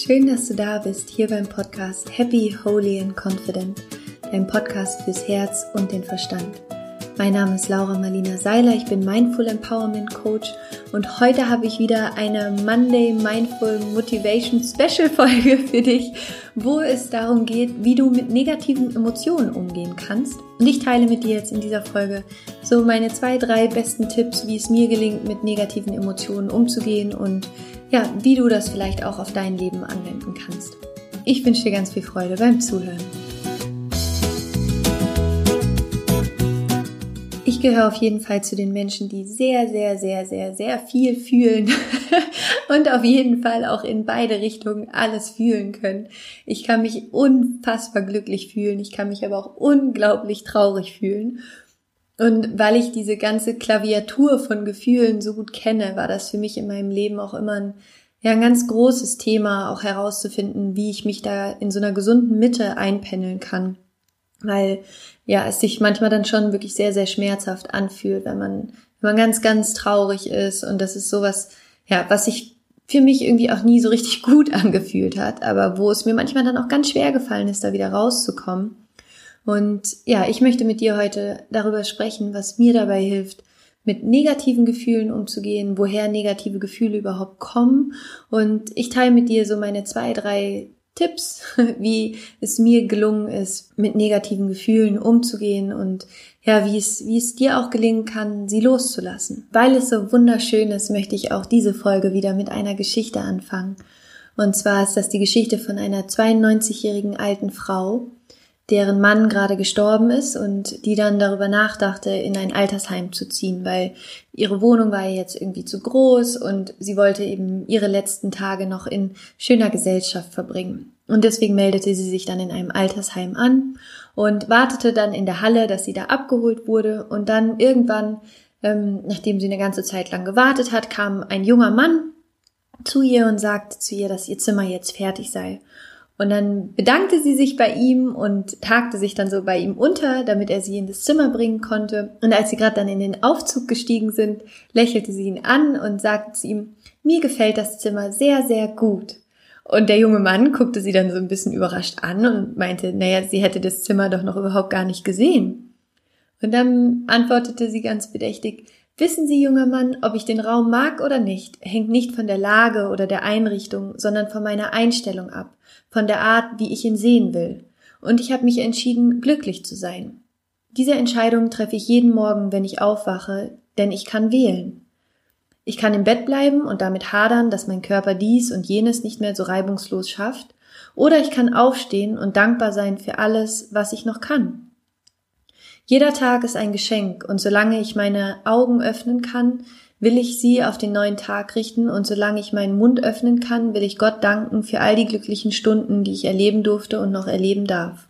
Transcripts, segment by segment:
Schön, dass du da bist, hier beim Podcast Happy, Holy and Confident, dein Podcast fürs Herz und den Verstand. Mein Name ist Laura Marlina Seiler, ich bin Mindful Empowerment Coach und heute habe ich wieder eine Monday Mindful Motivation Special Folge für dich, wo es darum geht, wie du mit negativen Emotionen umgehen kannst. Und ich teile mit dir jetzt in dieser Folge so meine 2-3 besten Tipps, wie es mir gelingt, mit negativen Emotionen umzugehen und ja, wie du das vielleicht auch auf dein Leben anwenden kannst. Ich wünsche dir ganz viel Freude beim Zuhören. Ich gehöre auf jeden Fall zu den Menschen, die sehr viel fühlen und auf jeden Fall auch in beide Richtungen alles fühlen können. Ich kann mich unfassbar glücklich fühlen, ich kann mich aber auch unglaublich traurig fühlen. Und weil ich diese ganze Klaviatur von Gefühlen so gut kenne, war das für mich in meinem Leben auch immer ein ganz großes Thema, auch herauszufinden, wie ich mich da in so einer gesunden Mitte einpendeln kann. Weil es sich manchmal dann schon wirklich sehr, sehr schmerzhaft anfühlt, wenn man ganz traurig ist. Und das ist sowas, was sich für mich irgendwie auch nie so richtig gut angefühlt hat, aber wo es mir manchmal dann auch ganz schwer gefallen ist, da wieder rauszukommen. Und ich möchte mit dir heute darüber sprechen, was mir dabei hilft, mit negativen Gefühlen umzugehen, woher negative Gefühle überhaupt kommen. Und ich teile mit dir so meine 2-3 Tipps, wie es mir gelungen ist, mit negativen Gefühlen umzugehen und wie es dir auch gelingen kann, sie loszulassen. Weil es so wunderschön ist, möchte ich auch diese Folge wieder mit einer Geschichte anfangen. Und zwar ist das die Geschichte von einer 92-jährigen alten Frau, deren Mann gerade gestorben ist und die dann darüber nachdachte, in ein Altersheim zu ziehen, weil ihre Wohnung war jetzt irgendwie zu groß und sie wollte eben ihre letzten Tage noch in schöner Gesellschaft verbringen. Und deswegen meldete sie sich dann in einem Altersheim an und wartete dann in der Halle, dass sie da abgeholt wurde. Und dann irgendwann, nachdem sie eine ganze Zeit lang gewartet hat, kam ein junger Mann zu ihr und sagte zu ihr, dass ihr Zimmer jetzt fertig sei. Und dann bedankte sie sich bei ihm und tagte sich dann so bei ihm unter, damit er sie in das Zimmer bringen konnte. Und als sie gerade dann in den Aufzug gestiegen sind, lächelte sie ihn an und sagte zu ihm, mir gefällt das Zimmer sehr, sehr gut. Und der junge Mann guckte sie dann so ein bisschen überrascht an und meinte, sie hätte das Zimmer doch noch überhaupt gar nicht gesehen. Und dann antwortete sie ganz bedächtig, wissen Sie, junger Mann, ob ich den Raum mag oder nicht, hängt nicht von der Lage oder der Einrichtung, sondern von meiner Einstellung ab, von der Art, wie ich ihn sehen will. Und ich habe mich entschieden, glücklich zu sein. Diese Entscheidung treffe ich jeden Morgen, wenn ich aufwache, denn ich kann wählen. Ich kann im Bett bleiben und damit hadern, dass mein Körper dies und jenes nicht mehr so reibungslos schafft, oder ich kann aufstehen und dankbar sein für alles, was ich noch kann. Jeder Tag ist ein Geschenk und solange ich meine Augen öffnen kann, will ich sie auf den neuen Tag richten und solange ich meinen Mund öffnen kann, will ich Gott danken für all die glücklichen Stunden, die ich erleben durfte und noch erleben darf.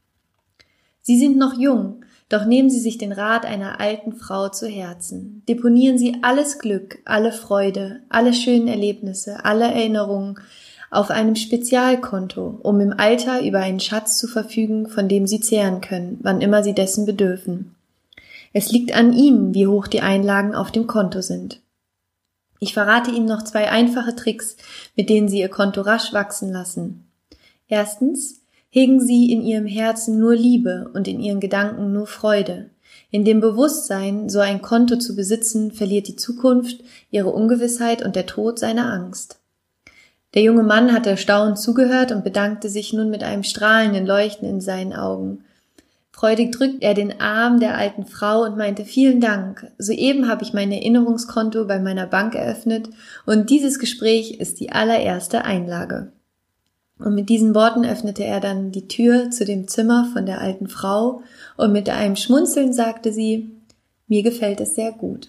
Sie sind noch jung, doch nehmen Sie sich den Rat einer alten Frau zu Herzen. Deponieren Sie alles Glück, alle Freude, alle schönen Erlebnisse, alle Erinnerungen auf einem Spezialkonto, um im Alter über einen Schatz zu verfügen, von dem Sie zehren können, wann immer Sie dessen bedürfen. Es liegt an Ihnen, wie hoch die Einlagen auf dem Konto sind. Ich verrate Ihnen noch 2 einfache Tricks, mit denen Sie Ihr Konto rasch wachsen lassen. Erstens, hegen Sie in Ihrem Herzen nur Liebe und in Ihren Gedanken nur Freude. In dem Bewusstsein, so ein Konto zu besitzen, verliert die Zukunft ihre Ungewissheit und der Tod seine Angst. Der junge Mann hatte erstaunt zugehört und bedankte sich nun mit einem strahlenden Leuchten in seinen Augen. Freudig drückte er den Arm der alten Frau und meinte, vielen Dank, soeben habe ich mein Erinnerungskonto bei meiner Bank eröffnet und dieses Gespräch ist die allererste Einlage. Und mit diesen Worten öffnete er dann die Tür zu dem Zimmer von der alten Frau und mit einem Schmunzeln sagte sie, mir gefällt es sehr gut.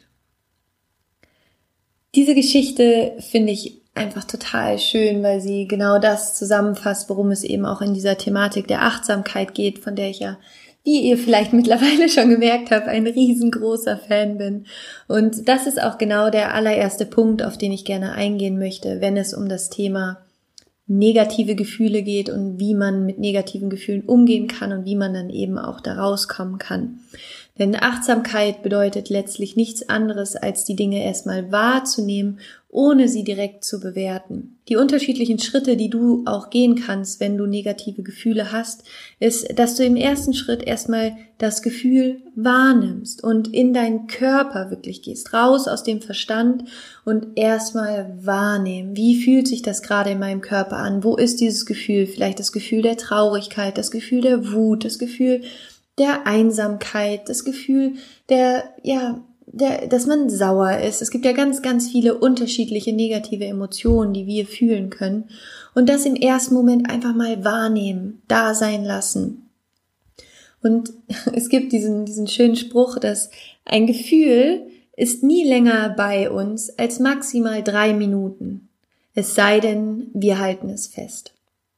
Diese Geschichte finde ich einfach total schön, weil sie genau das zusammenfasst, worum es eben auch in dieser Thematik der Achtsamkeit geht, von der ich wie ihr vielleicht mittlerweile schon gemerkt habt, ein riesengroßer Fan bin. Und das ist auch genau der allererste Punkt, auf den ich gerne eingehen möchte, wenn es um das Thema negative Gefühle geht und wie man mit negativen Gefühlen umgehen kann und wie man dann eben auch da rauskommen kann. Denn Achtsamkeit bedeutet letztlich nichts anderes, als die Dinge erstmal wahrzunehmen, ohne sie direkt zu bewerten. Die unterschiedlichen Schritte, die du auch gehen kannst, wenn du negative Gefühle hast, ist, dass du im ersten Schritt erstmal das Gefühl wahrnimmst und in deinen Körper wirklich gehst, raus aus dem Verstand und erstmal wahrnehmen. Wie fühlt sich das gerade in meinem Körper an? Wo ist dieses Gefühl? Vielleicht das Gefühl der Traurigkeit, das Gefühl der Wut, das Gefühl der Einsamkeit, das Gefühl dass man sauer ist. Es gibt ja ganz, ganz viele unterschiedliche negative Emotionen, die wir fühlen können. Und das im ersten Moment einfach mal wahrnehmen, da sein lassen. Und es gibt diesen schönen Spruch, dass ein Gefühl ist nie länger bei uns als maximal 3 Minuten. Es sei denn, wir halten es fest.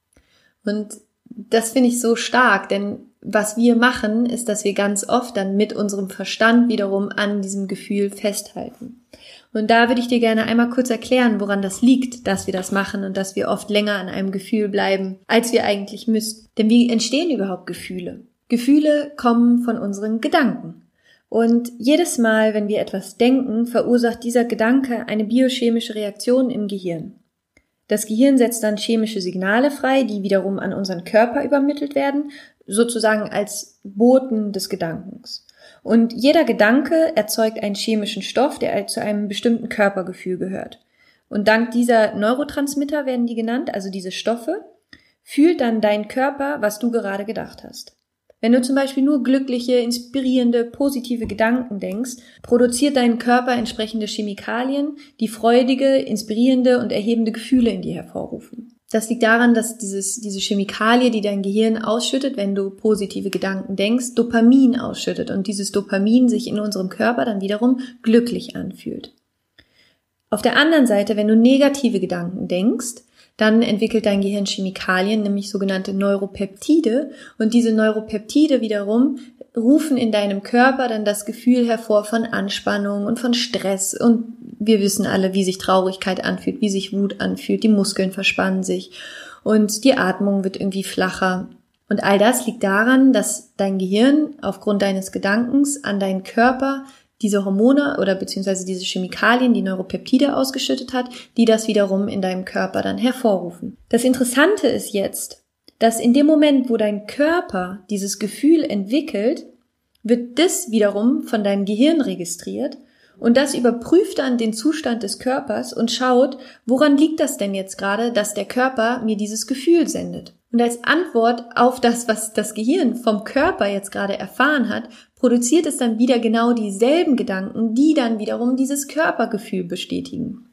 Und das finde ich so stark, denn was wir machen, ist, dass wir ganz oft dann mit unserem Verstand wiederum an diesem Gefühl festhalten. Und da würde ich dir gerne einmal kurz erklären, woran das liegt, dass wir das machen und dass wir oft länger an einem Gefühl bleiben, als wir eigentlich müssten. Denn wie entstehen überhaupt Gefühle? Gefühle kommen von unseren Gedanken. Und jedes Mal, wenn wir etwas denken, verursacht dieser Gedanke eine biochemische Reaktion im Gehirn. Das Gehirn setzt dann chemische Signale frei, die wiederum an unseren Körper übermittelt werden, sozusagen als Boten des Gedankens. Und jeder Gedanke erzeugt einen chemischen Stoff, der zu einem bestimmten Körpergefühl gehört. Und dank dieser Neurotransmitter werden die genannt, also diese Stoffe, fühlt dann dein Körper, was du gerade gedacht hast. Wenn du zum Beispiel nur glückliche, inspirierende, positive Gedanken denkst, produziert dein Körper entsprechende Chemikalien, die freudige, inspirierende und erhebende Gefühle in dir hervorrufen. Das liegt daran, dass diese Chemikalie, die dein Gehirn ausschüttet, wenn du positive Gedanken denkst, Dopamin ausschüttet und dieses Dopamin sich in unserem Körper dann wiederum glücklich anfühlt. Auf der anderen Seite, wenn du negative Gedanken denkst, dann entwickelt dein Gehirn Chemikalien, nämlich sogenannte Neuropeptide. Und diese Neuropeptide wiederum rufen in deinem Körper dann das Gefühl hervor von Anspannung und von Stress. Und wir wissen alle, wie sich Traurigkeit anfühlt, wie sich Wut anfühlt. Die Muskeln verspannen sich und die Atmung wird irgendwie flacher. Und all das liegt daran, dass dein Gehirn aufgrund deines Gedankens an deinen Körper diese Hormone oder beziehungsweise diese Chemikalien, die Neuropeptide ausgeschüttet hat, die das wiederum in deinem Körper dann hervorrufen. Das Interessante ist jetzt, dass in dem Moment, wo dein Körper dieses Gefühl entwickelt, wird das wiederum von deinem Gehirn registriert und das überprüft dann den Zustand des Körpers und schaut, woran liegt das denn jetzt gerade, dass der Körper mir dieses Gefühl sendet. Und als Antwort auf das, was das Gehirn vom Körper jetzt gerade erfahren hat, produziert es dann wieder genau dieselben Gedanken, die dann wiederum dieses Körpergefühl bestätigen.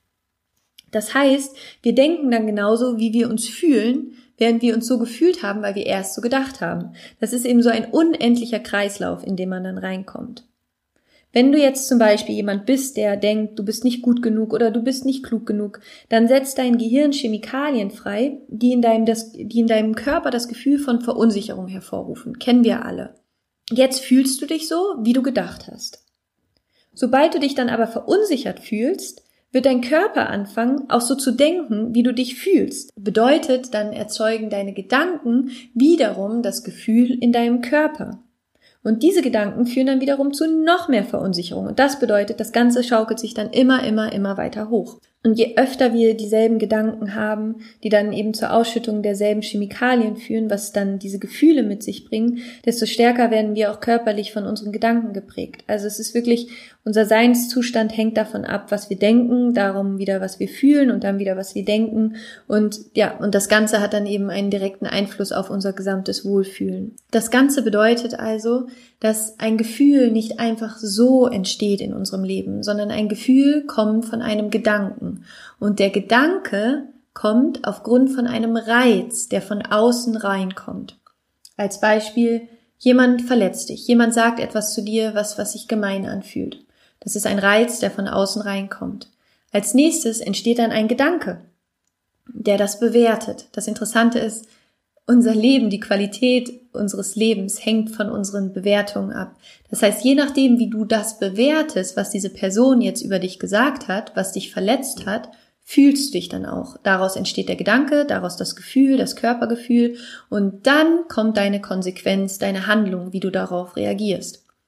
Das heißt, wir denken dann genauso, wie wir uns fühlen, während wir uns so gefühlt haben, weil wir erst so gedacht haben. Das ist eben so ein unendlicher Kreislauf, in den man dann reinkommt. Wenn du jetzt zum Beispiel jemand bist, der denkt, du bist nicht gut genug oder du bist nicht klug genug, dann setzt dein Gehirn Chemikalien frei, die in deinem Körper das Gefühl von Verunsicherung hervorrufen. Kennen wir alle. Jetzt fühlst du dich so, wie du gedacht hast. Sobald du dich dann aber verunsichert fühlst, wird dein Körper anfangen, auch so zu denken, wie du dich fühlst. Bedeutet, dann erzeugen deine Gedanken wiederum das Gefühl in deinem Körper. Und diese Gedanken führen dann wiederum zu noch mehr Verunsicherung. Und das bedeutet, das Ganze schaukelt sich dann immer weiter hoch. Und je öfter wir dieselben Gedanken haben, die dann eben zur Ausschüttung derselben Chemikalien führen, was dann diese Gefühle mit sich bringen, desto stärker werden wir auch körperlich von unseren Gedanken geprägt. Also es ist wirklich, unser Seinszustand hängt davon ab, was wir denken, darum wieder, was wir fühlen und dann wieder, was wir denken. Und das Ganze hat dann eben einen direkten Einfluss auf unser gesamtes Wohlfühlen. Das Ganze bedeutet also, dass ein Gefühl nicht einfach so entsteht in unserem Leben, sondern ein Gefühl kommt von einem Gedanken. Und der Gedanke kommt aufgrund von einem Reiz, der von außen reinkommt. Als Beispiel, jemand verletzt dich, jemand sagt etwas zu dir, was sich gemein anfühlt. Das ist ein Reiz, der von außen reinkommt. Als nächstes entsteht dann ein Gedanke, der das bewertet. Das Interessante ist, unser Leben, die Qualität unseres Lebens hängt von unseren Bewertungen ab. Das heißt, je nachdem, wie du das bewertest, was diese Person jetzt über dich gesagt hat, was dich verletzt hat, fühlst du dich dann auch. Daraus entsteht der Gedanke, daraus das Gefühl, das Körpergefühl und dann kommt deine Konsequenz, deine Handlung, wie du darauf reagierst.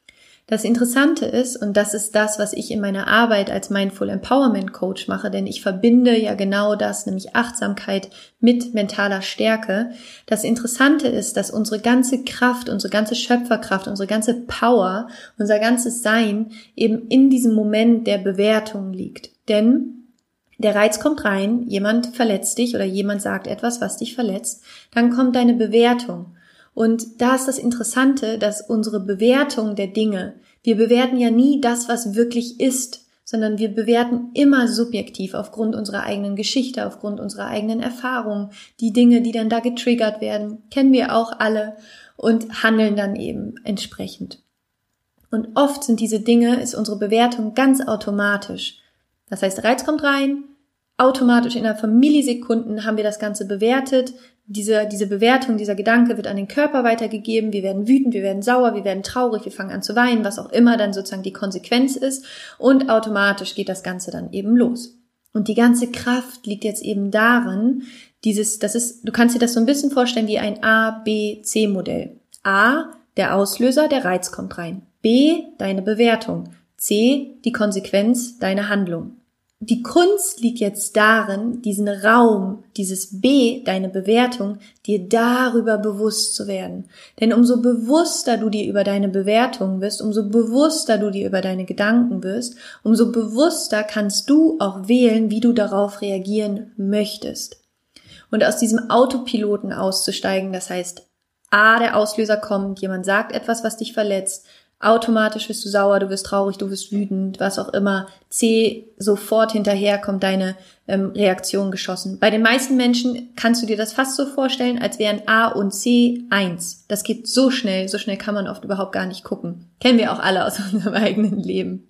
Das Interessante ist, und das ist das, was ich in meiner Arbeit als Mindful Empowerment Coach mache, denn ich verbinde ja genau das, nämlich Achtsamkeit mit mentaler Stärke. Das Interessante ist, dass unsere ganze Kraft, unsere ganze Schöpferkraft, unsere ganze Power, unser ganzes Sein eben in diesem Moment der Bewertung liegt. Denn der Reiz kommt rein, jemand verletzt dich oder jemand sagt etwas, was dich verletzt, dann kommt deine Bewertung. Und da ist das Interessante, dass unsere Bewertung der Dinge, wir bewerten ja nie das, was wirklich ist, sondern wir bewerten immer subjektiv aufgrund unserer eigenen Geschichte, aufgrund unserer eigenen Erfahrungen, die Dinge, die dann da getriggert werden, kennen wir auch alle und handeln dann eben entsprechend. Und oft sind diese Dinge, ist unsere Bewertung ganz automatisch. Das heißt, Reiz kommt rein, automatisch innerhalb von Millisekunden haben wir das Ganze bewertet. Diese Bewertung, dieser Gedanke wird an den Körper weitergegeben. Wir werden wütend, wir werden sauer, wir werden traurig, wir fangen an zu weinen, was auch immer dann sozusagen die Konsequenz ist. Und automatisch geht das Ganze dann eben los. Und die ganze Kraft liegt jetzt eben darin, du kannst dir das so ein bisschen vorstellen wie ein A-B-C-Modell. A, der Auslöser, der Reiz kommt rein. B, deine Bewertung. C, die Konsequenz, deine Handlung. Die Kunst liegt jetzt darin, diesen Raum, dieses B, deine Bewertung, dir darüber bewusst zu werden. Denn umso bewusster du dir über deine Bewertung wirst, umso bewusster du dir über deine Gedanken wirst, umso bewusster kannst du auch wählen, wie du darauf reagieren möchtest. Und aus diesem Autopiloten auszusteigen, das heißt, A, der Auslöser kommt, jemand sagt etwas, was dich verletzt, automatisch wirst du sauer, du wirst traurig, du wirst wütend, was auch immer. C, sofort hinterher kommt deine Reaktion geschossen. Bei den meisten Menschen kannst du dir das fast so vorstellen, als wären A und C eins. Das geht so schnell kann man oft überhaupt gar nicht gucken. Kennen wir auch alle aus unserem eigenen Leben.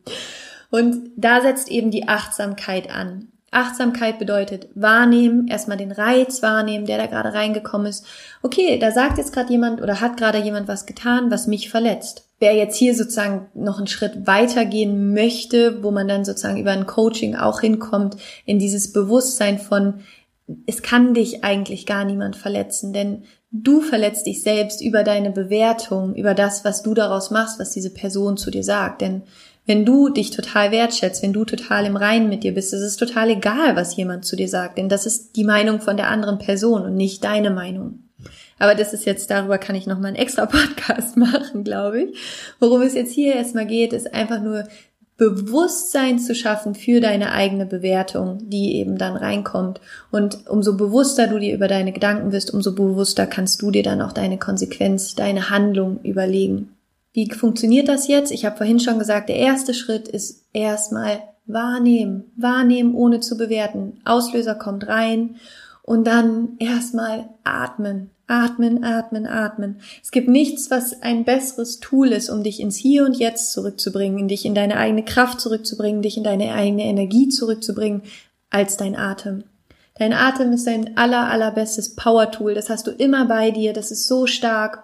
Und da setzt eben die Achtsamkeit an. Achtsamkeit bedeutet wahrnehmen, erstmal den Reiz wahrnehmen, der da gerade reingekommen ist. Okay, da sagt jetzt gerade jemand oder hat gerade jemand was getan, was mich verletzt. Wer jetzt hier sozusagen noch einen Schritt weitergehen möchte, wo man dann sozusagen über ein Coaching auch hinkommt, in dieses Bewusstsein von, es kann dich eigentlich gar niemand verletzen, denn du verletzt dich selbst über deine Bewertung, über das, was du daraus machst, was diese Person zu dir sagt. Denn wenn du dich total wertschätzt, wenn du total im Reinen mit dir bist, ist es total egal, was jemand zu dir sagt, denn das ist die Meinung von der anderen Person und nicht deine Meinung. Aber das ist jetzt, darüber kann ich nochmal einen extra Podcast machen, glaube ich. Worum es jetzt hier erstmal geht, ist einfach nur Bewusstsein zu schaffen für deine eigene Bewertung, die eben dann reinkommt. Und umso bewusster du dir über deine Gedanken wirst, umso bewusster kannst du dir dann auch deine Konsequenz, deine Handlung überlegen. Wie funktioniert das jetzt? Ich habe vorhin schon gesagt, der erste Schritt ist erstmal wahrnehmen. Wahrnehmen, ohne zu bewerten. Auslöser kommt rein und dann erstmal atmen. Atmen, atmen, atmen. Es gibt nichts, was ein besseres Tool ist, um dich ins Hier und Jetzt zurückzubringen, dich in deine eigene Kraft zurückzubringen, dich in deine eigene Energie zurückzubringen, als dein Atem. Dein Atem ist dein allerbestes Power-Tool. Das hast du immer bei dir. Das ist so stark.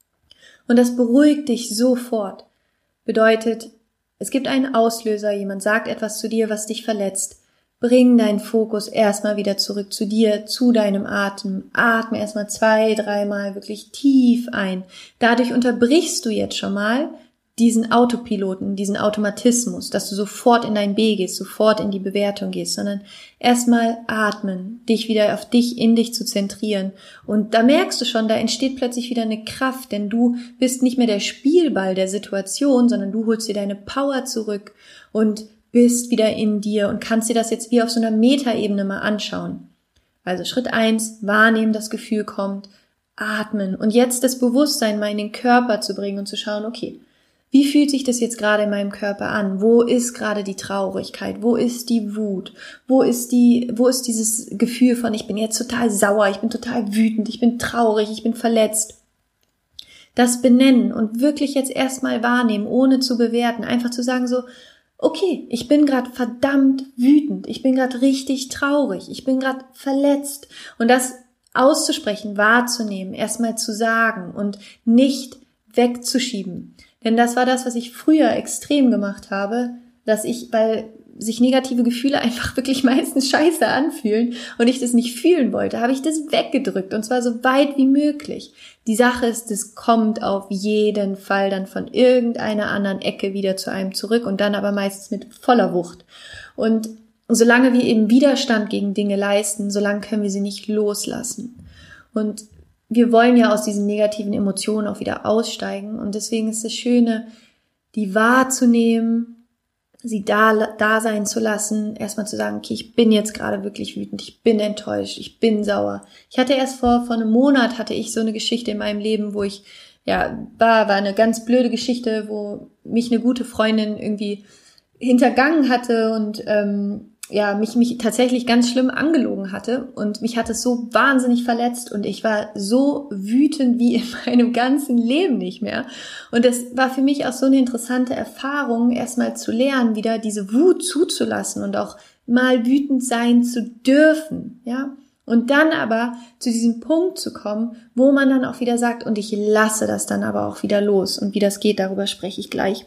Und das beruhigt dich sofort. Bedeutet, es gibt einen Auslöser, jemand sagt etwas zu dir, was dich verletzt. Bring deinen Fokus erstmal wieder zurück zu dir, zu deinem Atem. Atme erstmal 2-3 Mal wirklich tief ein. Dadurch unterbrichst du jetzt schon mal diesen Autopiloten, diesen Automatismus, dass du sofort in dein B gehst, sofort in die Bewertung gehst, sondern erstmal atmen, dich wieder auf dich, in dich zu zentrieren. Und da merkst du schon, da entsteht plötzlich wieder eine Kraft, denn du bist nicht mehr der Spielball der Situation, sondern du holst dir deine Power zurück und bist wieder in dir und kannst dir das jetzt wie auf so einer Metaebene mal anschauen. Also Schritt 1, wahrnehmen, das Gefühl kommt, atmen und jetzt das Bewusstsein mal in den Körper zu bringen und zu schauen, okay, wie fühlt sich das jetzt gerade in meinem Körper an? Wo ist gerade die Traurigkeit? Wo ist die Wut? Wo ist dieses Gefühl von, ich bin jetzt total sauer, ich bin total wütend, ich bin traurig, ich bin verletzt? Das benennen und wirklich jetzt erstmal wahrnehmen, ohne zu bewerten, einfach zu sagen so, okay, ich bin gerade verdammt wütend, ich bin gerade richtig traurig, ich bin gerade verletzt. Und das auszusprechen, wahrzunehmen, erstmal zu sagen und nicht wegzuschieben. Denn das war das, was ich früher extrem gemacht habe, dass ich, weil sich negative Gefühle einfach wirklich meistens scheiße anfühlen und ich das nicht fühlen wollte, habe ich das weggedrückt und zwar so weit wie möglich. Die Sache ist, es kommt auf jeden Fall dann von irgendeiner anderen Ecke wieder zu einem zurück und dann aber meistens mit voller Wucht. Und solange wir eben Widerstand gegen Dinge leisten, solange können wir sie nicht loslassen. Und wir wollen ja aus diesen negativen Emotionen auch wieder aussteigen und deswegen ist das Schöne, die wahrzunehmen, sie da sein zu lassen, erstmal zu sagen, okay, ich bin jetzt gerade wirklich wütend, ich bin enttäuscht, ich bin sauer. Ich hatte erst vor einem Monat hatte ich so eine Geschichte in meinem Leben, wo ich, war eine ganz blöde Geschichte, wo mich eine gute Freundin irgendwie hintergangen hatte und mich tatsächlich ganz schlimm angelogen hatte und mich hat es so wahnsinnig verletzt und ich war so wütend wie in meinem ganzen Leben nicht mehr. Und es war für mich auch so eine interessante Erfahrung, erstmal zu lernen, wieder diese Wut zuzulassen und auch mal wütend sein zu dürfen, ja. Und dann aber zu diesem Punkt zu kommen, wo man dann auch wieder sagt, und ich lasse das dann aber auch wieder los. Und wie das geht, darüber spreche ich gleich.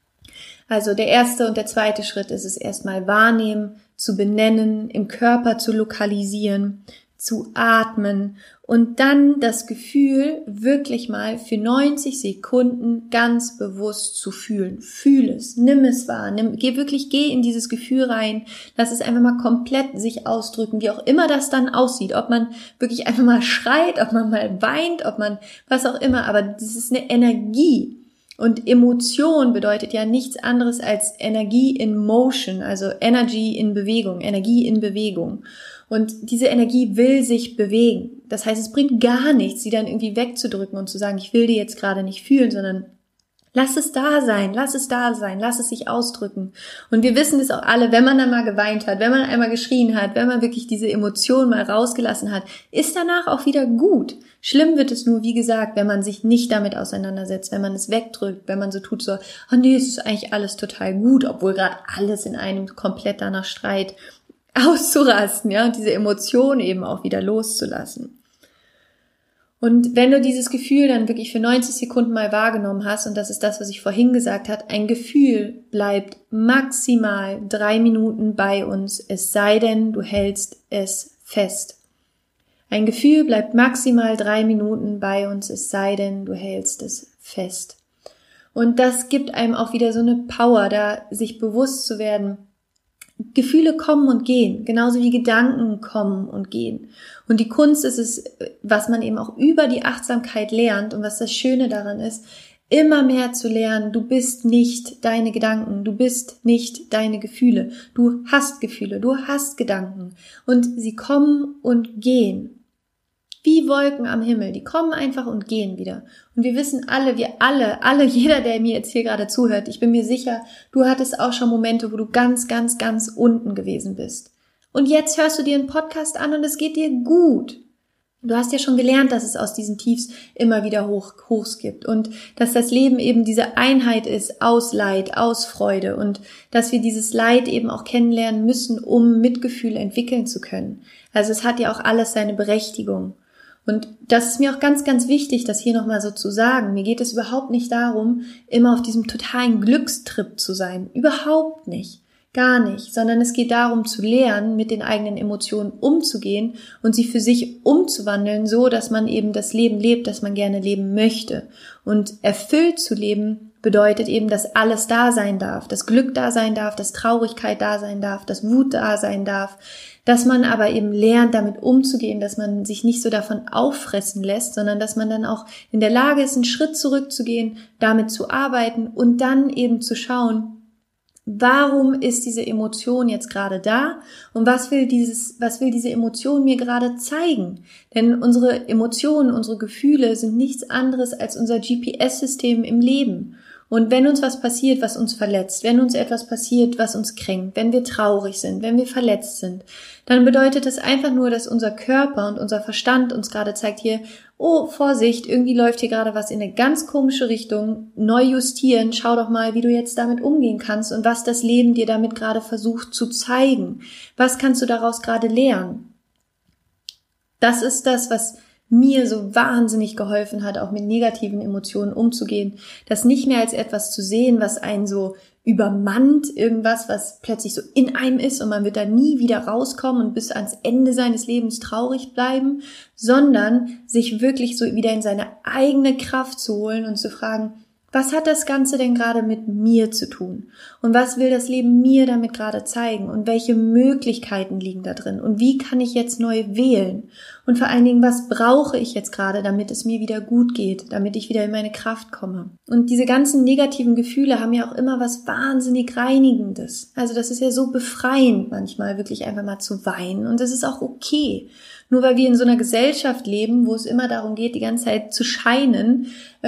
Also der erste und der zweite Schritt ist es erstmal wahrnehmen, zu benennen, im Körper zu lokalisieren, zu atmen und dann das Gefühl wirklich mal für 90 Sekunden ganz bewusst zu fühlen. Fühl es, nimm es wahr, geh in dieses Gefühl rein, lass es einfach mal komplett sich ausdrücken, wie auch immer das dann aussieht, ob man wirklich einfach mal schreit, ob man mal weint, ob man was auch immer, aber das ist eine Energie. Und Emotion bedeutet ja nichts anderes als Energie in Motion, also Energy in Bewegung, Energie in Bewegung. Und diese Energie will sich bewegen. Das heißt, es bringt gar nichts, sie dann irgendwie wegzudrücken und zu sagen, ich will die jetzt gerade nicht fühlen, sondern lass es da sein, lass es sich ausdrücken. Und wir wissen es auch alle, wenn man dann mal geweint hat, wenn man einmal geschrien hat, wenn man wirklich diese Emotion mal rausgelassen hat, ist danach auch wieder gut. Schlimm wird es nur, wie gesagt, wenn man sich nicht damit auseinandersetzt, wenn man es wegdrückt, wenn man so tut, so, oh nee, es ist eigentlich alles total gut, obwohl gerade alles in einem komplett danach schreit, auszurasten, ja, und diese Emotion eben auch wieder loszulassen. Und wenn du dieses Gefühl dann wirklich für 90 Sekunden mal wahrgenommen hast, und das ist das, was ich vorhin gesagt habe, ein Gefühl bleibt maximal 3 Minuten bei uns, es sei denn, du hältst es fest. Ein Gefühl bleibt maximal 3 Minuten bei uns, es sei denn, du hältst es fest. Und das gibt einem auch wieder so eine Power, da sich bewusst zu werden, Gefühle kommen und gehen, genauso wie Gedanken kommen und gehen. Und die Kunst ist es, was man eben auch über die Achtsamkeit lernt und was das Schöne daran ist, immer mehr zu lernen, du bist nicht deine Gedanken, du bist nicht deine Gefühle. Du hast Gefühle, du hast Gedanken und sie kommen und gehen. Wie Wolken am Himmel, die kommen einfach und gehen wieder. Und wir wissen alle, jeder, der mir jetzt hier gerade zuhört, ich bin mir sicher, du hattest auch schon Momente, wo du ganz, ganz, ganz unten gewesen bist. Und jetzt hörst du dir einen Podcast an und es geht dir gut. Du hast ja schon gelernt, dass es aus diesen Tiefs immer wieder Hochs gibt und dass das Leben eben diese Einheit ist aus Leid, aus Freude und dass wir dieses Leid eben auch kennenlernen müssen, um Mitgefühl entwickeln zu können. Also es hat ja auch alles seine Berechtigung. Und das ist mir auch ganz, ganz wichtig, das hier nochmal so zu sagen. Mir geht es überhaupt nicht darum, immer auf diesem totalen Glückstrip zu sein. Überhaupt nicht. Gar nicht. Sondern es geht darum, zu lernen, mit den eigenen Emotionen umzugehen und sie für sich umzuwandeln, so dass man eben das Leben lebt, das man gerne leben möchte. Und erfüllt zu leben bedeutet eben, dass alles da sein darf. Dass Glück da sein darf, dass Traurigkeit da sein darf, dass Wut da sein darf. Dass man aber eben lernt, damit umzugehen, dass man sich nicht so davon auffressen lässt, sondern dass man dann auch in der Lage ist, einen Schritt zurückzugehen, damit zu arbeiten und dann eben zu schauen, warum ist diese Emotion jetzt gerade da und was will diese Emotion mir gerade zeigen? Denn unsere Emotionen, unsere Gefühle sind nichts anderes als unser GPS-System im Leben. Und wenn uns was passiert, was uns verletzt, wenn uns etwas passiert, was uns kränkt, wenn wir traurig sind, wenn wir verletzt sind, dann bedeutet das einfach nur, dass unser Körper und unser Verstand uns gerade zeigt hier, oh, Vorsicht, irgendwie läuft hier gerade was in eine ganz komische Richtung, neu justieren, schau doch mal, wie du jetzt damit umgehen kannst und was das Leben dir damit gerade versucht zu zeigen. Was kannst du daraus gerade lernen? Das ist das, was mir so wahnsinnig geholfen hat, auch mit negativen Emotionen umzugehen, das nicht mehr als etwas zu sehen, was einen so übermannt, irgendwas, was plötzlich so in einem ist und man wird da nie wieder rauskommen und bis ans Ende seines Lebens traurig bleiben, sondern sich wirklich so wieder in seine eigene Kraft zu holen und zu fragen, was hat das Ganze denn gerade mit mir zu tun? Und was will das Leben mir damit gerade zeigen? Und welche Möglichkeiten liegen da drin? Und wie kann ich jetzt neu wählen? Und vor allen Dingen, was brauche ich jetzt gerade, damit es mir wieder gut geht, damit ich wieder in meine Kraft komme? Und diese ganzen negativen Gefühle haben ja auch immer was wahnsinnig Reinigendes. Also das ist ja so befreiend manchmal, wirklich einfach mal zu weinen. Und das ist auch okay. Nur weil wir in so einer Gesellschaft leben, wo es immer darum geht, die ganze Zeit zu scheinen,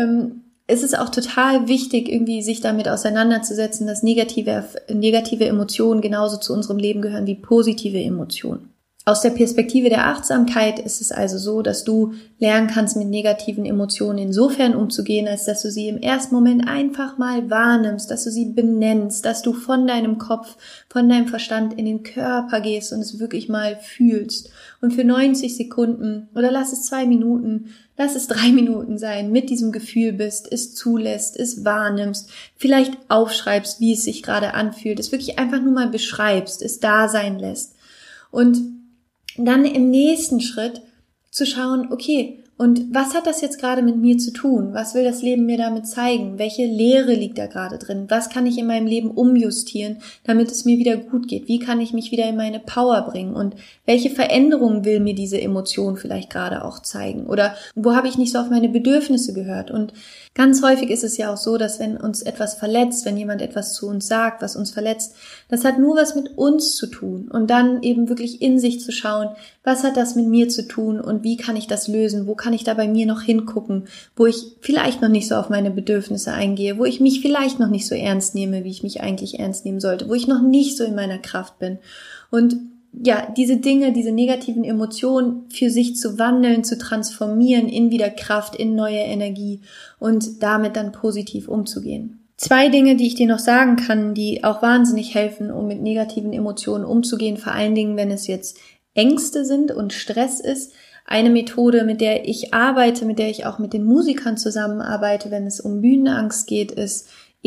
es ist auch total wichtig, irgendwie sich damit auseinanderzusetzen, dass negative Emotionen genauso zu unserem Leben gehören wie positive Emotionen. Aus der Perspektive der Achtsamkeit ist es also so, dass du lernen kannst, mit negativen Emotionen insofern umzugehen, als dass du sie im ersten Moment einfach mal wahrnimmst, dass du sie benennst, dass du von deinem Kopf, von deinem Verstand in den Körper gehst und es wirklich mal fühlst. Und für 90 Sekunden oder lass es 2 Minuten, lass es 3 Minuten sein, mit diesem Gefühl bist, es zulässt, es wahrnimmst, vielleicht aufschreibst, wie es sich gerade anfühlt, es wirklich einfach nur mal beschreibst, es da sein lässt. Und dann im nächsten Schritt zu schauen, okay, und was hat das jetzt gerade mit mir zu tun? Was will das Leben mir damit zeigen? Welche Lehre liegt da gerade drin? Was kann ich in meinem Leben umjustieren, damit es mir wieder gut geht? Wie kann ich mich wieder in meine Power bringen? Und welche Veränderungen will mir diese Emotion vielleicht gerade auch zeigen? Oder wo habe ich nicht so auf meine Bedürfnisse gehört? Und ganz häufig ist es ja auch so, dass wenn uns etwas verletzt, wenn jemand etwas zu uns sagt, was uns verletzt, das hat nur was mit uns zu tun. Und dann eben wirklich in sich zu schauen, was hat das mit mir zu tun und wie kann ich das lösen? Wo kann ich da bei mir noch hingucken, wo ich vielleicht noch nicht so auf meine Bedürfnisse eingehe, wo ich mich vielleicht noch nicht so ernst nehme, wie ich mich eigentlich ernst nehmen sollte, wo ich noch nicht so in meiner Kraft bin. Und ja, diese Dinge, diese negativen Emotionen für sich zu wandeln, zu transformieren in wieder Kraft, in neue Energie und damit dann positiv umzugehen. 2 Dinge, die ich dir noch sagen kann, die auch wahnsinnig helfen, um mit negativen Emotionen umzugehen, vor allen Dingen, wenn es jetzt Ängste sind und Stress ist. Eine Methode, mit der ich arbeite, mit der ich auch mit den Musikern zusammenarbeite, wenn es um Bühnenangst geht, ist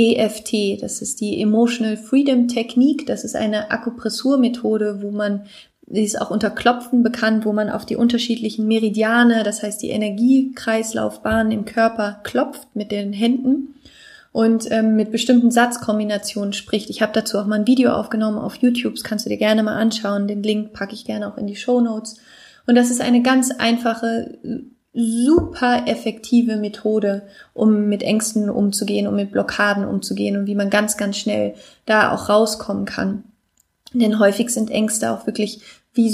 EFT. Das ist die Emotional Freedom Technique. Das ist eine Akupressurmethode, die ist auch unter Klopfen bekannt, wo man auf die unterschiedlichen Meridiane, das heißt die Energiekreislaufbahnen im Körper klopft mit den Händen und mit bestimmten Satzkombinationen spricht. Ich habe dazu auch mal ein Video aufgenommen auf YouTube, das kannst du dir gerne mal anschauen. Den Link packe ich gerne auch in die Shownotes. Und das ist eine ganz einfache, super effektive Methode, um mit Ängsten umzugehen, um mit Blockaden umzugehen und wie man ganz, ganz schnell da auch rauskommen kann. Denn häufig sind Ängste auch wirklich wie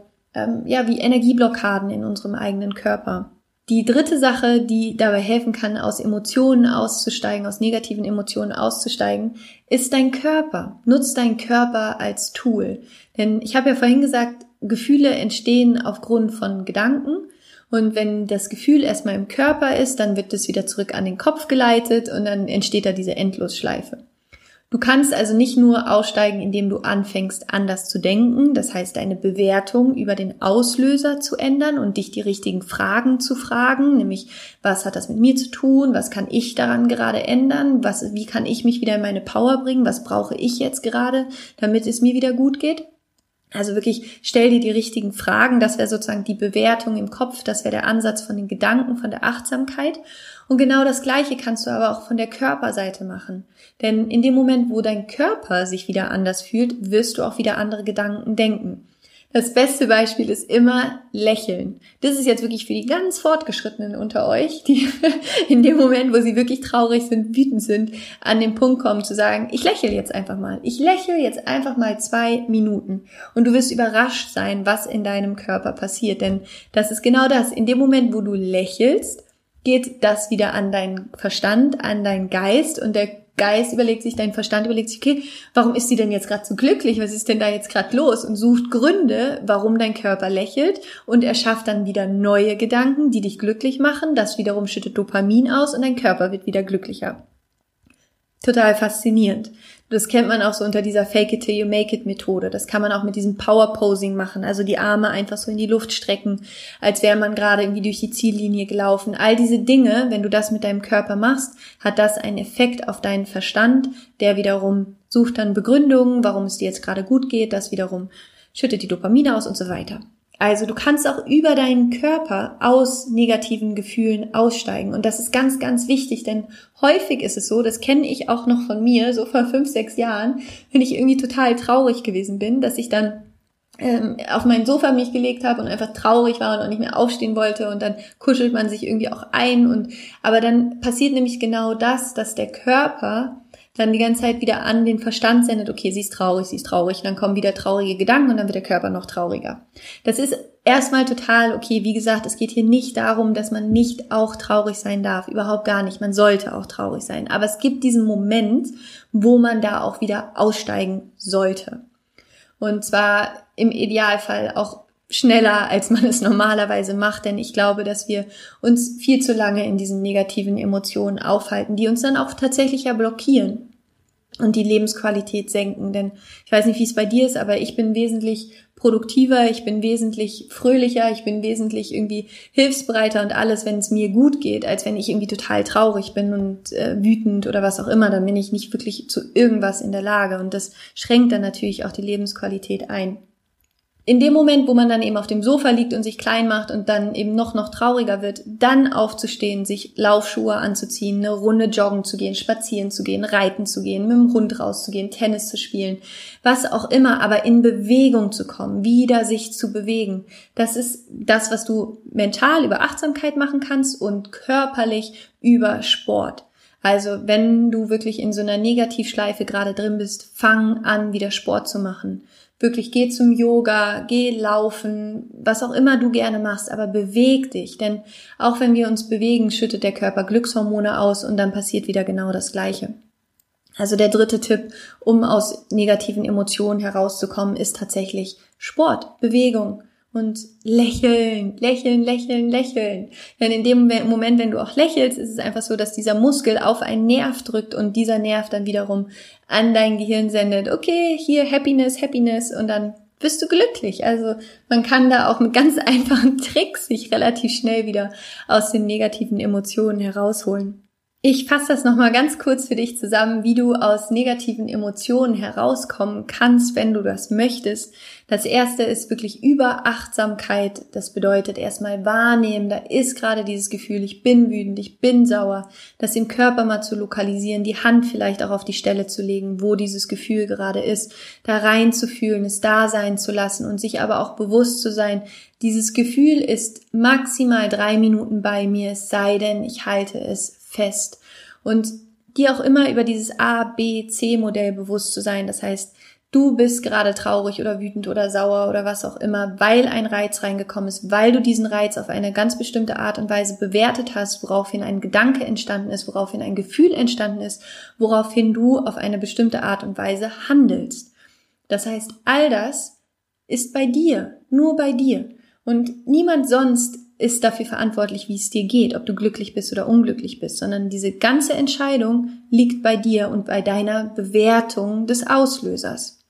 wie Energieblockaden in unserem eigenen Körper. Die dritte Sache, die dabei helfen kann, aus Emotionen auszusteigen, aus negativen Emotionen auszusteigen, ist dein Körper. Nutz deinen Körper als Tool. Denn ich habe ja vorhin gesagt, Gefühle entstehen aufgrund von Gedanken. Und wenn das Gefühl erstmal im Körper ist, dann wird es wieder zurück an den Kopf geleitet und dann entsteht da diese Endlosschleife. Du kannst also nicht nur aussteigen, indem du anfängst, anders zu denken, das heißt, deine Bewertung über den Auslöser zu ändern und dich die richtigen Fragen zu fragen, nämlich, was hat das mit mir zu tun, was kann ich daran gerade ändern, wie kann ich mich wieder in meine Power bringen, was brauche ich jetzt gerade, damit es mir wieder gut geht? Also wirklich, stell dir die richtigen Fragen, das wäre sozusagen die Bewertung im Kopf, das wäre der Ansatz von den Gedanken, von der Achtsamkeit. Und genau das Gleiche kannst du aber auch von der Körperseite machen. Denn in dem Moment, wo dein Körper sich wieder anders fühlt, wirst du auch wieder andere Gedanken denken. Das beste Beispiel ist immer Lächeln. Das ist jetzt wirklich für die ganz Fortgeschrittenen unter euch, die in dem Moment, wo sie wirklich traurig sind, wütend sind, an den Punkt kommen zu sagen, ich lächle jetzt einfach mal. Ich lächle jetzt einfach mal 2 Minuten. Und du wirst überrascht sein, was in deinem Körper passiert. Denn das ist genau das. In dem Moment, wo du lächelst, geht das wieder an deinen Verstand, an deinen Geist und dein Verstand überlegt sich, okay, warum ist sie denn jetzt gerade so glücklich? Was ist denn da jetzt gerade los? Und sucht Gründe, warum dein Körper lächelt und erschafft dann wieder neue Gedanken, die dich glücklich machen. Das wiederum schüttet Dopamin aus und dein Körper wird wieder glücklicher. Total faszinierend. Das kennt man auch so unter dieser Fake it till you make it Methode. Das kann man auch mit diesem Power Posing machen, also die Arme einfach so in die Luft strecken, als wäre man gerade irgendwie durch die Ziellinie gelaufen. All diese Dinge, wenn du das mit deinem Körper machst, hat das einen Effekt auf deinen Verstand, der wiederum sucht dann Begründungen, warum es dir jetzt gerade gut geht, das wiederum schüttet die Dopamine aus und so weiter. Also du kannst auch über deinen Körper aus negativen Gefühlen aussteigen. Und das ist ganz, ganz wichtig, denn häufig ist es so, das kenne ich auch noch von mir, so vor 5, 6 Jahren, wenn ich irgendwie total traurig gewesen bin, dass ich dann auf mein Sofa mich gelegt habe und einfach traurig war und auch nicht mehr aufstehen wollte und dann kuschelt man sich irgendwie auch ein. Aber dann passiert nämlich genau das, dass der Körper dann die ganze Zeit wieder an den Verstand sendet, okay, sie ist traurig, und dann kommen wieder traurige Gedanken und dann wird der Körper noch trauriger. Das ist erstmal total okay. Wie gesagt, es geht hier nicht darum, dass man nicht auch traurig sein darf. Überhaupt gar nicht. Man sollte auch traurig sein. Aber es gibt diesen Moment, wo man da auch wieder aussteigen sollte. Und zwar im Idealfall auch schneller, als man es normalerweise macht, denn ich glaube, dass wir uns viel zu lange in diesen negativen Emotionen aufhalten, die uns dann auch tatsächlich ja blockieren und die Lebensqualität senken, denn ich weiß nicht, wie es bei dir ist, aber ich bin wesentlich produktiver, ich bin wesentlich fröhlicher, ich bin wesentlich irgendwie hilfsbereiter und alles, wenn es mir gut geht, als wenn ich irgendwie total traurig bin und wütend oder was auch immer, dann bin ich nicht wirklich zu irgendwas in der Lage und das schränkt dann natürlich auch die Lebensqualität ein. In dem Moment, wo man dann eben auf dem Sofa liegt und sich klein macht und dann eben noch trauriger wird, dann aufzustehen, sich Laufschuhe anzuziehen, eine Runde joggen zu gehen, spazieren zu gehen, reiten zu gehen, mit dem Hund rauszugehen, Tennis zu spielen, was auch immer, aber in Bewegung zu kommen, wieder sich zu bewegen. Das ist das, was du mental über Achtsamkeit machen kannst und körperlich über Sport. Also wenn du wirklich in so einer Negativschleife gerade drin bist, fang an, wieder Sport zu machen. Wirklich, geh zum Yoga, geh laufen, was auch immer du gerne machst, aber beweg dich. Denn auch wenn wir uns bewegen, schüttet der Körper Glückshormone aus und dann passiert wieder genau das Gleiche. Also der 3. Tipp, um aus negativen Emotionen herauszukommen, ist tatsächlich Sport, Bewegung und lächeln. Denn in dem Moment, wenn du auch lächelst, ist es einfach so, dass dieser Muskel auf einen Nerv drückt und dieser Nerv dann wiederum an dein Gehirn sendet, okay, hier Happiness und dann bist du glücklich. Also man kann da auch mit ganz einfachen Tricks sich relativ schnell wieder aus den negativen Emotionen herausholen. Ich fasse das nochmal ganz kurz für dich zusammen, wie du aus negativen Emotionen herauskommen kannst, wenn du das möchtest. Das erste ist wirklich Überachtsamkeit. Das bedeutet erstmal wahrnehmen, da ist gerade dieses Gefühl, ich bin wütend, ich bin sauer. Das im Körper mal zu lokalisieren, die Hand vielleicht auch auf die Stelle zu legen, wo dieses Gefühl gerade ist, da reinzufühlen, es da sein zu lassen und sich aber auch bewusst zu sein, dieses Gefühl ist maximal 3 Minuten bei mir, es sei denn, ich halte es fest. Und dir auch immer über dieses A-B-C-Modell bewusst zu sein. Das heißt, du bist gerade traurig oder wütend oder sauer oder was auch immer, weil ein Reiz reingekommen ist, weil du diesen Reiz auf eine ganz bestimmte Art und Weise bewertet hast, woraufhin ein Gedanke entstanden ist, woraufhin ein Gefühl entstanden ist, woraufhin du auf eine bestimmte Art und Weise handelst. Das heißt, all das ist bei dir, nur bei dir. Und niemand sonst ist dafür verantwortlich, wie es dir geht, ob du glücklich bist oder unglücklich bist, sondern diese ganze Entscheidung liegt bei dir und bei deiner Bewertung des Auslösers.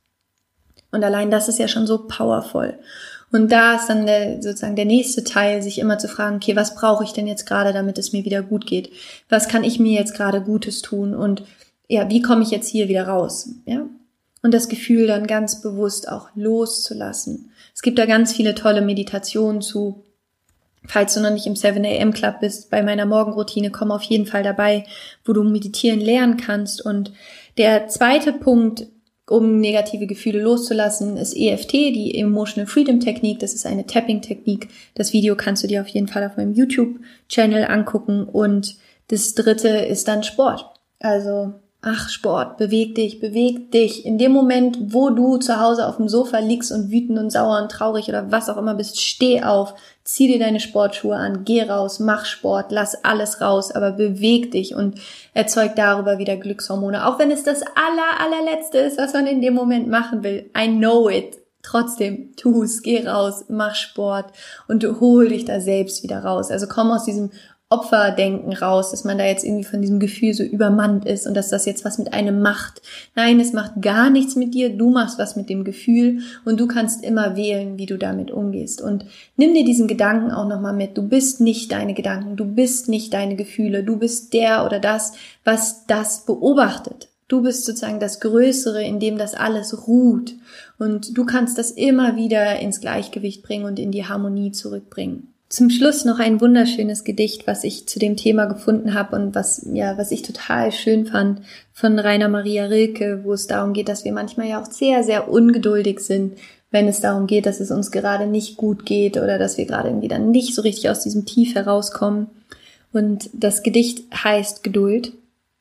Und allein das ist ja schon so powerful. Und da ist dann sozusagen der nächste Teil, sich immer zu fragen, okay, was brauche ich denn jetzt gerade, damit es mir wieder gut geht? Was kann ich mir jetzt gerade Gutes tun? Und ja, wie komme ich jetzt hier wieder raus? Ja? Und das Gefühl dann ganz bewusst auch loszulassen. Es gibt da ganz viele tolle Meditationen zu. Falls du noch nicht im 7 AM Club bist, bei meiner Morgenroutine, komm auf jeden Fall dabei, wo du meditieren lernen kannst. Und der 2. Punkt, um negative Gefühle loszulassen, ist EFT, die Emotional Freedom Technik. Das ist eine Tapping-Technik. Das Video kannst du dir auf jeden Fall auf meinem YouTube-Channel angucken. Und das 3. ist dann Sport. Also Sport, beweg dich. In dem Moment, wo du zu Hause auf dem Sofa liegst und wütend und sauer und traurig oder was auch immer bist, steh auf, zieh dir deine Sportschuhe an, geh raus, mach Sport, lass alles raus, aber beweg dich und erzeug darüber wieder Glückshormone. Auch wenn es das allerletzte ist, was man in dem Moment machen will. I know it. Trotzdem, tu's, geh raus, mach Sport und hol dich da selbst wieder raus. Also komm aus diesem Opferdenken raus, dass man da jetzt irgendwie von diesem Gefühl so übermannt ist und dass das jetzt was mit einem macht. Nein, es macht gar nichts mit dir, du machst was mit dem Gefühl und du kannst immer wählen, wie du damit umgehst. Und nimm dir diesen Gedanken auch nochmal mit. Du bist nicht deine Gedanken, du bist nicht deine Gefühle, du bist der oder das, was das beobachtet. Du bist sozusagen das Größere, in dem das alles ruht. Und du kannst das immer wieder ins Gleichgewicht bringen und in die Harmonie zurückbringen. Zum Schluss noch ein wunderschönes Gedicht, was ich zu dem Thema gefunden habe und was ich total schön fand, von Rainer Maria Rilke, wo es darum geht, dass wir manchmal ja auch sehr, sehr ungeduldig sind, wenn es darum geht, dass es uns gerade nicht gut geht oder dass wir gerade irgendwie dann nicht so richtig aus diesem Tief herauskommen. Und das Gedicht heißt Geduld.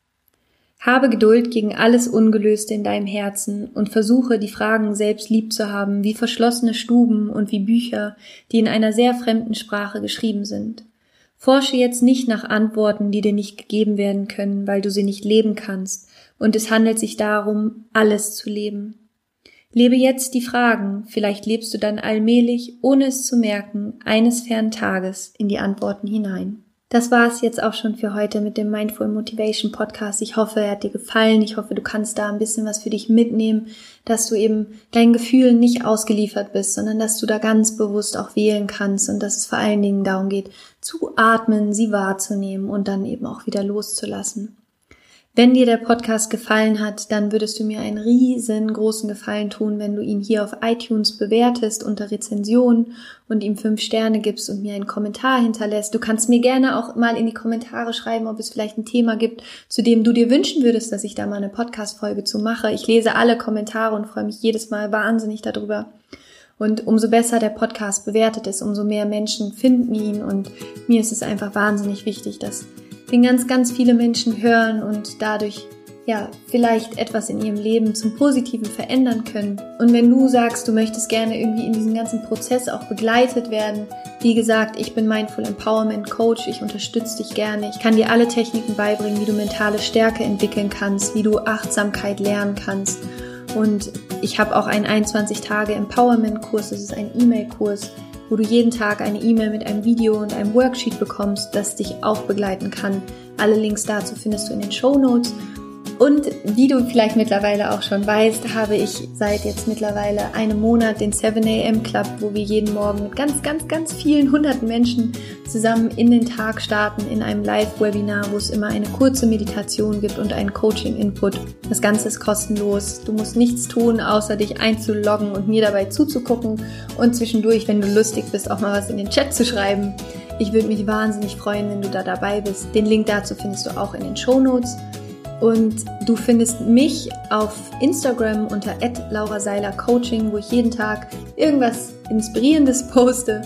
Habe Geduld gegen alles Ungelöste in deinem Herzen und versuche, die Fragen selbst lieb zu haben, wie verschlossene Stuben und wie Bücher, die in einer sehr fremden Sprache geschrieben sind. Forsche jetzt nicht nach Antworten, die dir nicht gegeben werden können, weil du sie nicht leben kannst, und es handelt sich darum, alles zu leben. Lebe jetzt die Fragen, vielleicht lebst du dann allmählich, ohne es zu merken, eines fernen Tages in die Antworten hinein. Das war es jetzt auch schon für heute mit dem Mindful Motivation Podcast. Ich hoffe, er hat dir gefallen. Ich hoffe, du kannst da ein bisschen was für dich mitnehmen, dass du eben deinen Gefühlen nicht ausgeliefert bist, sondern dass du da ganz bewusst auch wählen kannst und dass es vor allen Dingen darum geht, zu atmen, sie wahrzunehmen und dann eben auch wieder loszulassen. Wenn dir der Podcast gefallen hat, dann würdest du mir einen riesengroßen Gefallen tun, wenn du ihn hier auf iTunes bewertest unter Rezension und ihm 5 Sterne gibst und mir einen Kommentar hinterlässt. Du kannst mir gerne auch mal in die Kommentare schreiben, ob es vielleicht ein Thema gibt, zu dem du dir wünschen würdest, dass ich da mal eine Podcast-Folge zu mache. Ich lese alle Kommentare und freue mich jedes Mal wahnsinnig darüber. Und umso besser der Podcast bewertet ist, umso mehr Menschen finden ihn. Und mir ist es einfach wahnsinnig wichtig, dass den ganz, ganz viele Menschen hören und dadurch vielleicht etwas in ihrem Leben zum Positiven verändern können. Und wenn du sagst, du möchtest gerne irgendwie in diesem ganzen Prozess auch begleitet werden, wie gesagt, ich bin Mindful Empowerment Coach, ich unterstütze dich gerne. Ich kann dir alle Techniken beibringen, wie du mentale Stärke entwickeln kannst, wie du Achtsamkeit lernen kannst. Und ich habe auch einen 21-Tage-Empowerment-Kurs, das ist ein E-Mail-Kurs, wo du jeden Tag eine E-Mail mit einem Video und einem Worksheet bekommst, das dich auch begleiten kann. Alle Links dazu findest du in den Shownotes. Und wie du vielleicht mittlerweile auch schon weißt, habe ich seit jetzt mittlerweile einem Monat den 7 AM Club, wo wir jeden Morgen mit ganz, ganz, ganz vielen hunderten Menschen zusammen in den Tag starten, in einem Live-Webinar, wo es immer eine kurze Meditation gibt und einen Coaching-Input. Das Ganze ist kostenlos. Du musst nichts tun, außer dich einzuloggen und mir dabei zuzugucken und zwischendurch, wenn du lustig bist, auch mal was in den Chat zu schreiben. Ich würde mich wahnsinnig freuen, wenn du da dabei bist. Den Link dazu findest du auch in den Shownotes. Und du findest mich auf Instagram unter @lauraseilercoaching, wo ich jeden Tag irgendwas Inspirierendes poste.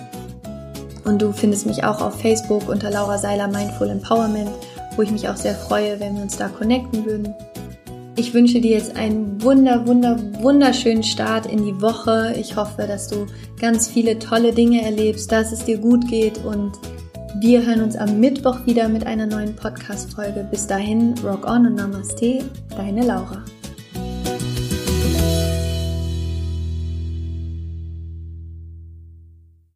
Und du findest mich auch auf Facebook unter Laura Seiler Mindful Empowerment, wo ich mich auch sehr freue, wenn wir uns da connecten würden. Ich wünsche dir jetzt einen wunderschönen Start in die Woche. Ich hoffe, dass du ganz viele tolle Dinge erlebst, dass es dir gut geht und wir hören uns am Mittwoch wieder mit einer neuen Podcast-Folge. Bis dahin, rock on und Namaste, deine Laura.